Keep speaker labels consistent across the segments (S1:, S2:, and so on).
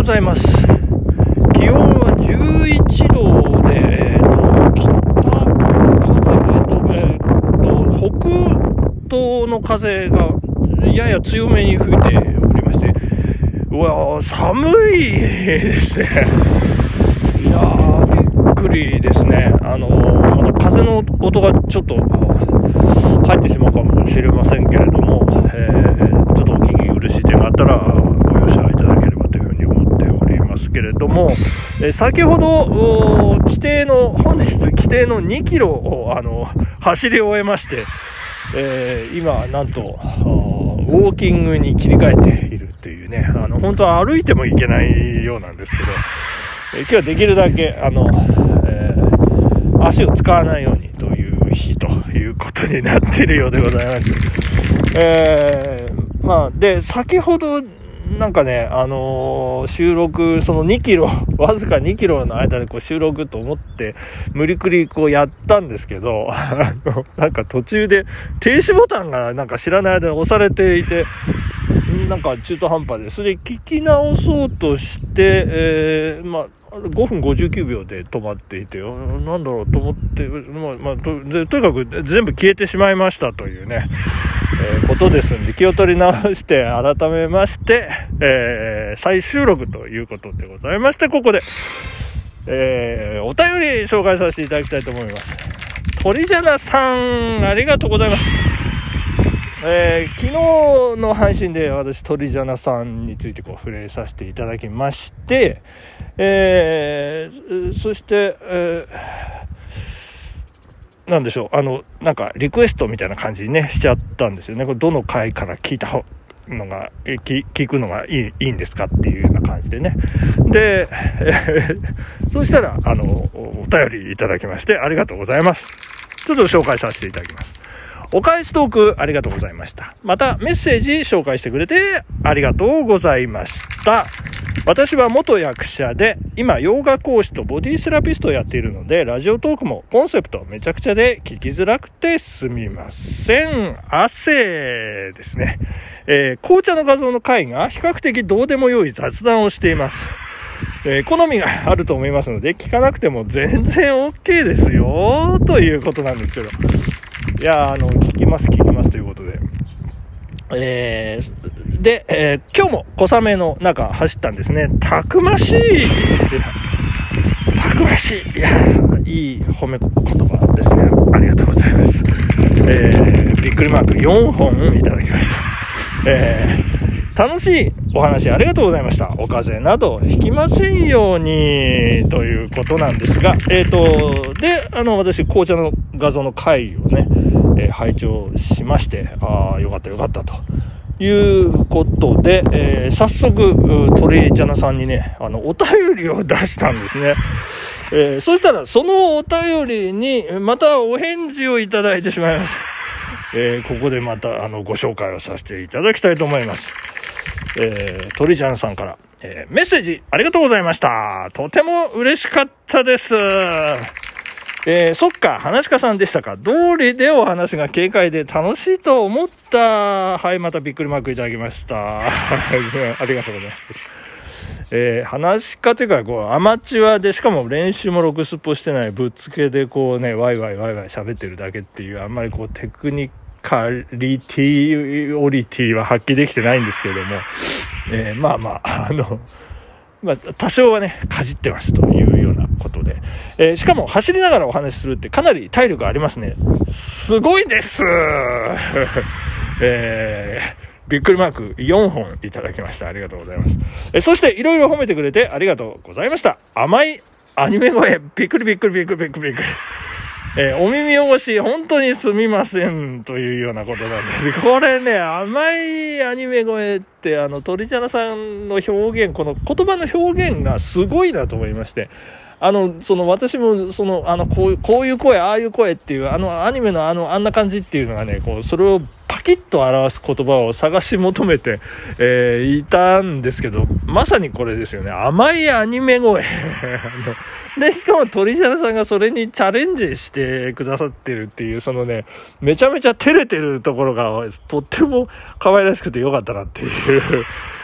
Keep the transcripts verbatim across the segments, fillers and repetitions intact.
S1: ございます。気温はじゅういちどで、えー、と北風、えー、と北東の風がやや強めに吹いておりまして、うわ寒いですね。いやーびっくりですね。あのー、また風の音がちょっと入ってしまうかもしれませんけれども、えー、ちょっとお聞き苦しい点があったらご容赦いただければというふうに思っておりますけれども、えー、先ほど規定の本日規定のにキロをあの走り終えまして、えー、今なんとウォーキングに切り替えているというね、あの本当は歩いてもいけないようなんですけど、えー、今日はできるだけあの、えー、足を使わないようにという日ということになっているようでございます。えー、まあで先ほどなんかね、あのー、収録そのにキロわずかにキロの間でこう収録と思って無理くりこうやったんですけど、あのなんか途中で停止ボタンがなんか知らない間に押されていて、なんか中途半端でそれで聞き直そうとして、えー、まあごふんごじゅうきゅうびょうで止まっていて、なんだろうと思って、まあまあ、と, とにかく全部消えてしまいましたというね、えー、ことですんで、気を取り直して改めまして、えー、再収録ということでございまして、ここで、えー、お便り紹介させていただきたいと思います。鳥じゃなさん、ありがとうございます。えー、昨日の配信で私鳥じゃなさんについてこう触れさせていただきまして、えー、そして、えー、なんでしょう、あのなんかリクエストみたいな感じにねしちゃったんですよね。これどの回から聞いたのが聞, 聞くのがいい, いいんですかっていうような感じでね。で、えー、そしたらあのお便りいただきましてありがとうございます。ちょっと紹介させていただきます。お返しトークありがとうございました。またメッセージ紹介してくれてありがとうございました。私は元役者で今ヨガ講師とボディセラピストをやっているので、ラジオトークもコンセプトめちゃくちゃで聞きづらくてすみません。汗ですね、えー、紅茶の画像の回が比較的どうでもよい雑談をしています。えー、好みがあると思いますので聞かなくても全然 OK ですよということなんですけど、いやあの聞きます聞きますということで、えー、で、えー、今日も小雨の中走ったんですね。たくましいたくましい、いやいい褒め言葉ですね。ありがとうございます。えー、びっくりマークよんほんいただきました。えー、楽しいお話ありがとうございました。お風邪などひきませんようにということなんですが、えーとであの私紅茶の画像の回をね、えー、拝聴しまして、ああよかったよかったということで、えー、早速鳥ジャナさんにねあのお便りを出したんですね。えー、そしたらそのお便りにまたお返事をいただいてしまいました。えー、ここでまたあのご紹介をさせていただきたいと思います。えー、鳥ジャナさんから、えー、メッセージありがとうございました。とても嬉しかったです。えー、そっか、話し家さんでしたか。通りでお話が軽快で楽しいと思った。はい、またびっくりマークいただきました。ありがとうございます。えー、話し家というか、こう、アマチュアで、しかも練習もろくすっぽしてない、ぶっつけでこうね、ワイワイワイワイ喋ってるだけっていう、あんまりこう、テクニカリティオリティは発揮できてないんですけれども、えー、まあまあ、あの、まあ、多少はね、かじってますというようなことで、えー、しかも走りながらお話しするってかなり体力ありますね。すごいですえー、びっくりマークよんほんいただきました。ありがとうございます。えー、そしていろいろ褒めてくれてありがとうございました。甘いアニメ声、びっくりびっくりびっくりびっくりびっくり。えー、お耳汚し本当にすみませんというようなことなんです。これね、甘いアニメ声ってあの鳥ジャナさんの表現、この言葉の表現がすごいなと思いまして、あのその私もそのあのこうこういう声、ああいう声っていうあのアニメのあのあんな感じっていうのがね、こうそれをパキッと表す言葉を探し求めて、えー、いたんですけど、まさにこれですよね。甘いアニメ声で、しかも鳥ジャナさんがそれにチャレンジしてくださってるっていう、そのね、めちゃめちゃ照れてるところがとっても可愛らしくてよかったなっていう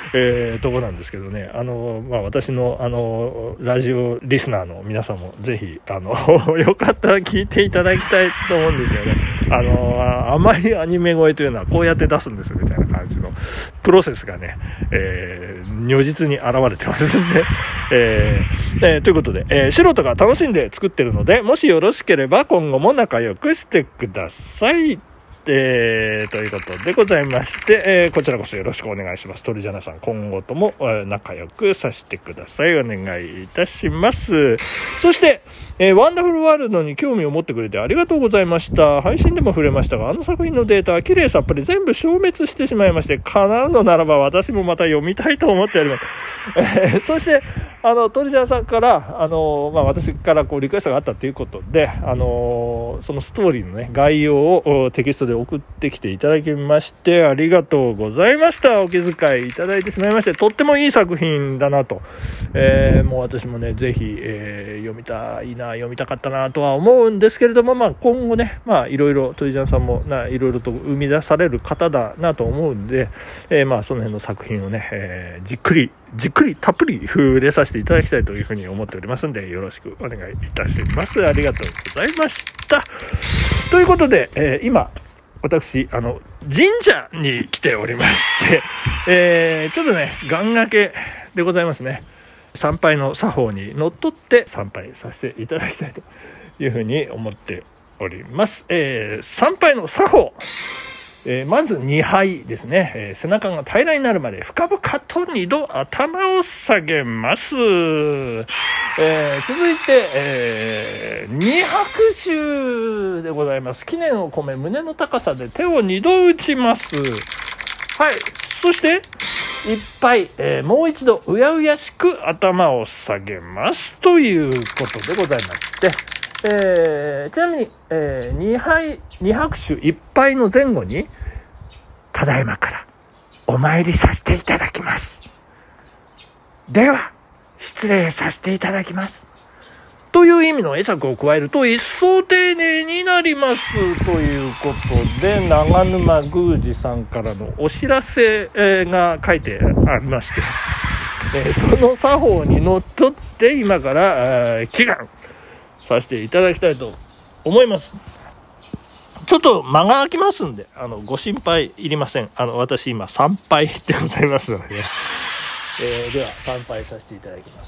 S1: えー、とこなんですけどね、あの、まあ、私のあのラジオリスナーの皆さんもぜひあのよかったら聞いていただきたいと思うんですよね。あのあまりアニメ声というのはこうやって出すんですみたいな感じのプロセスがね、えー、如実に現れてますんで、えーえー、ということで、えー、素人が楽しんで作ってるので、もしよろしければ今後も仲良くしてください。えー、ということでございまして、えー、こちらこそよろしくお願いします。鳥ジャナさん、今後とも、えー、仲良くさせてください。お願いいたします。そして、えー、ワンダフルワールドに興味を持ってくれてありがとうございました。配信でも触れましたが、あの作品のデータは綺麗さっぱり全部消滅してしまいまして、叶うのならば私もまた読みたいと思っております。えー、そして、あの、鳥ジャナさんから、あの、まあ、私からこうリクエストがあったということで、あの、そのストーリーのね、概要をテキストで送ってきていただきまして、ありがとうございました。お気遣いいただいてしまいまして、とってもいい作品だなと。えー、もう私もね、ぜひ、えー、読みたいな、読みたかったなとは思うんですけれども、まあ、今後ね、まあ、いろいろ、鳥ジャンさんもないろいろと生み出される方だなと思うんで、えー、まあ、その辺の作品をね、えー、じっくり、じっくりたっぷり触れさせていただきたいというふうに思っておりますので、よろしくお願いいたします。ありがとうございました。ということで、えー、今、私、あの、神社に来ておりまして、えー、ちょっとね、願掛けでございますね。参拝の作法にのっとって参拝させていただきたいというふうに思っております。えー、参拝の作法。えー、まずにはいですね、えー、背中が平らになるまで深々とにど頭を下げます。えー、続いて、えー、二拍手でございます。記念を込め胸の高さで手をにど打ちます。はい。そしていっぱい、えー、もう一度うやうやしく頭を下げますということでございまして、えー、ちなみに、えー、にはいに拍手いっぱいの前後にただいまからお参りさせていただきます。では失礼させていただきますという意味の会釈を加えると一層丁寧になりますということで、長沼宮司さんからのお知らせが書いてありまして、えー、その作法にのっとって今から祈願させていただきたいと思います。ちょっと間が空きますんで、あのご心配いりません。あの私今参拝でございますので、ねえー、では参拝させていただきます。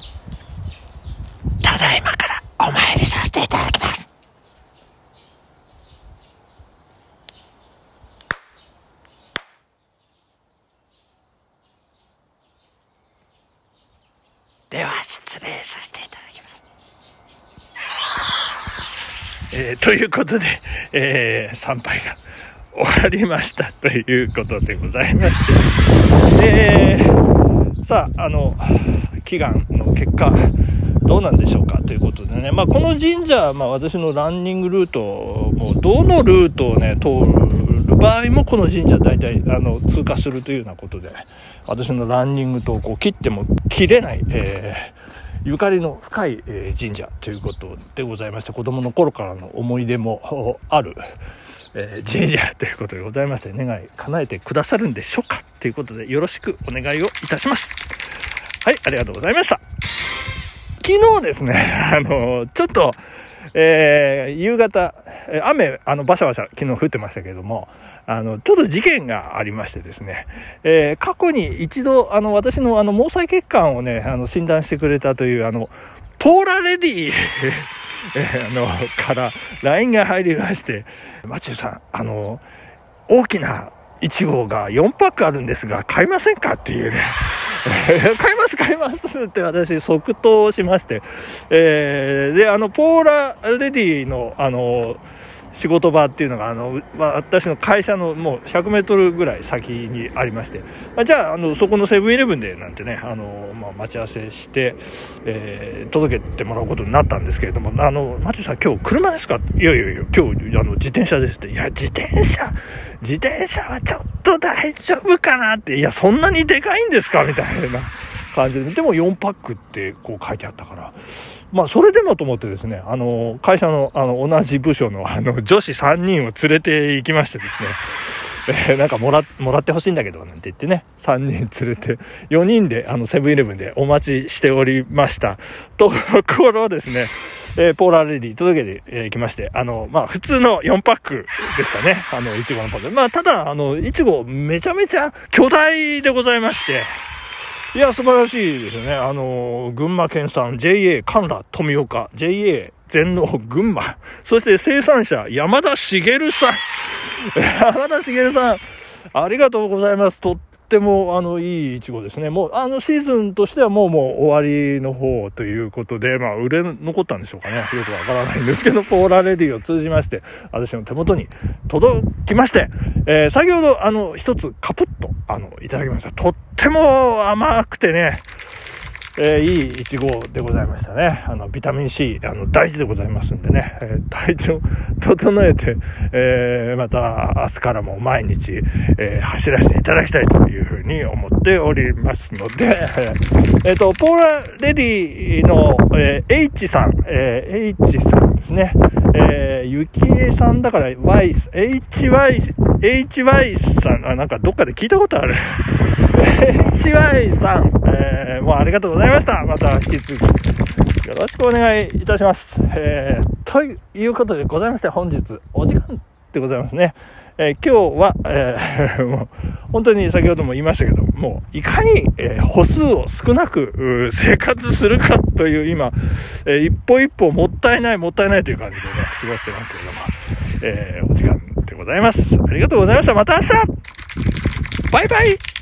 S1: ただいまからお参りさせていただきます。では失礼させていただきます。えー、ということで、えー、参拝が終わりましたということでございまして、えー、さあ、あの祈願の結果どうなんでしょうかということでね、まあ、この神社、まあ、私のランニングルートもどのルートをね通る場合もこの神社大体あの通過するというようなことで、私のランニングとこう切っても切れない、えーゆかりの深い神社ということでございまして、子供の頃からの思い出もある神社ということでございまして、願い叶えてくださるんでしょうかということでよろしくお願いをいたします。はい、ありがとうございました。昨日ですね、あのちょっと、えー、夕方雨あのバシャバシャ昨日降ってましたけれども、あのちょっと事件がありましてですね、えー、過去に一度あの私のあの毛細血管をねあの診断してくれたというあのポーラレディあのから ライン が入りまして、マチューさんあの大きないち号がよんパックあるんですが買いませんかっていうね買います買いますって私即答しまして、えー、であのポーラレディのあの仕事場っていうのがあの、まあ、私の会社のもうひゃくメートルぐらい先にありまして、まあ、じゃあ、あのそこのセブンイレブンでなんてねあの、まあ、待ち合わせして、えー、届けてもらうことになったんですけれども、あのマチュさん今日車ですか、いやいやいや今日あの自転車ですって、いや自転車自転車はちょっと大丈夫かなって、いやそんなにでかいんですかみたいな感じで、でもよんパックってこう書いてあったから、まあそれでもと思ってですね、あの会社のあの同じ部署のあの女子さんにんを連れて行きましてですね、 えー、なんかもら、もらってほしいんだけど、なんて言ってね、さんにん連れて、よにんで、あの、セブンイレブンでお待ちしておりました。ところですね、えー、ポーラーレディ届けて、えー、きまして、あの、まあ、普通のよんパックでしたね。あの、いちごのパック。まあ、ただ、あの、いちごめちゃめちゃ巨大でございまして、いや、素晴らしいですよね。あの、群馬県産 ジェイエー 神楽富岡、ジェイエー 全農群馬、そして生産者山田茂さん。山田茂さん、ありがとうございます。とっても、あの、いいイチゴですね。もう、あの、シーズンとしてはもう、もう終わりの方ということで、まあ、売れ残ったんでしょうかね。よくわからないんですけど、ポーラーレディを通じまして、私の手元に届きまして、えー、先ほど、あの、一つカプッと、あの、いただきました。とっても甘くてね、えー、いいイチゴでございましたね。あのビタミン C あの大事でございますんでね、えー、体調整えて、えー、また明日からも毎日、えー、走らせていただきたいというふうに思っておりますので、えー、とポーラレディの、えー、H さん、えー、H さんですね、えー、ゆきえさんだから Yエイチワイ エイチワイ さん、あ、なんかどっかで聞いたことあるエイチワイ さん、えー、もうありがとうございました。また引き続きよろしくお願いいたします。えー、ということでございまして、本日お時間でございますね。えー、今日は、えー、もう本当に先ほども言いましたけど、もういかに、えー、歩数を少なく生活するかという今、えー、一歩一歩もったいないもったいないという感じでね、過ごしてますけれども、えー、お時間でございます。ありがとうございました。また明日バイバイ。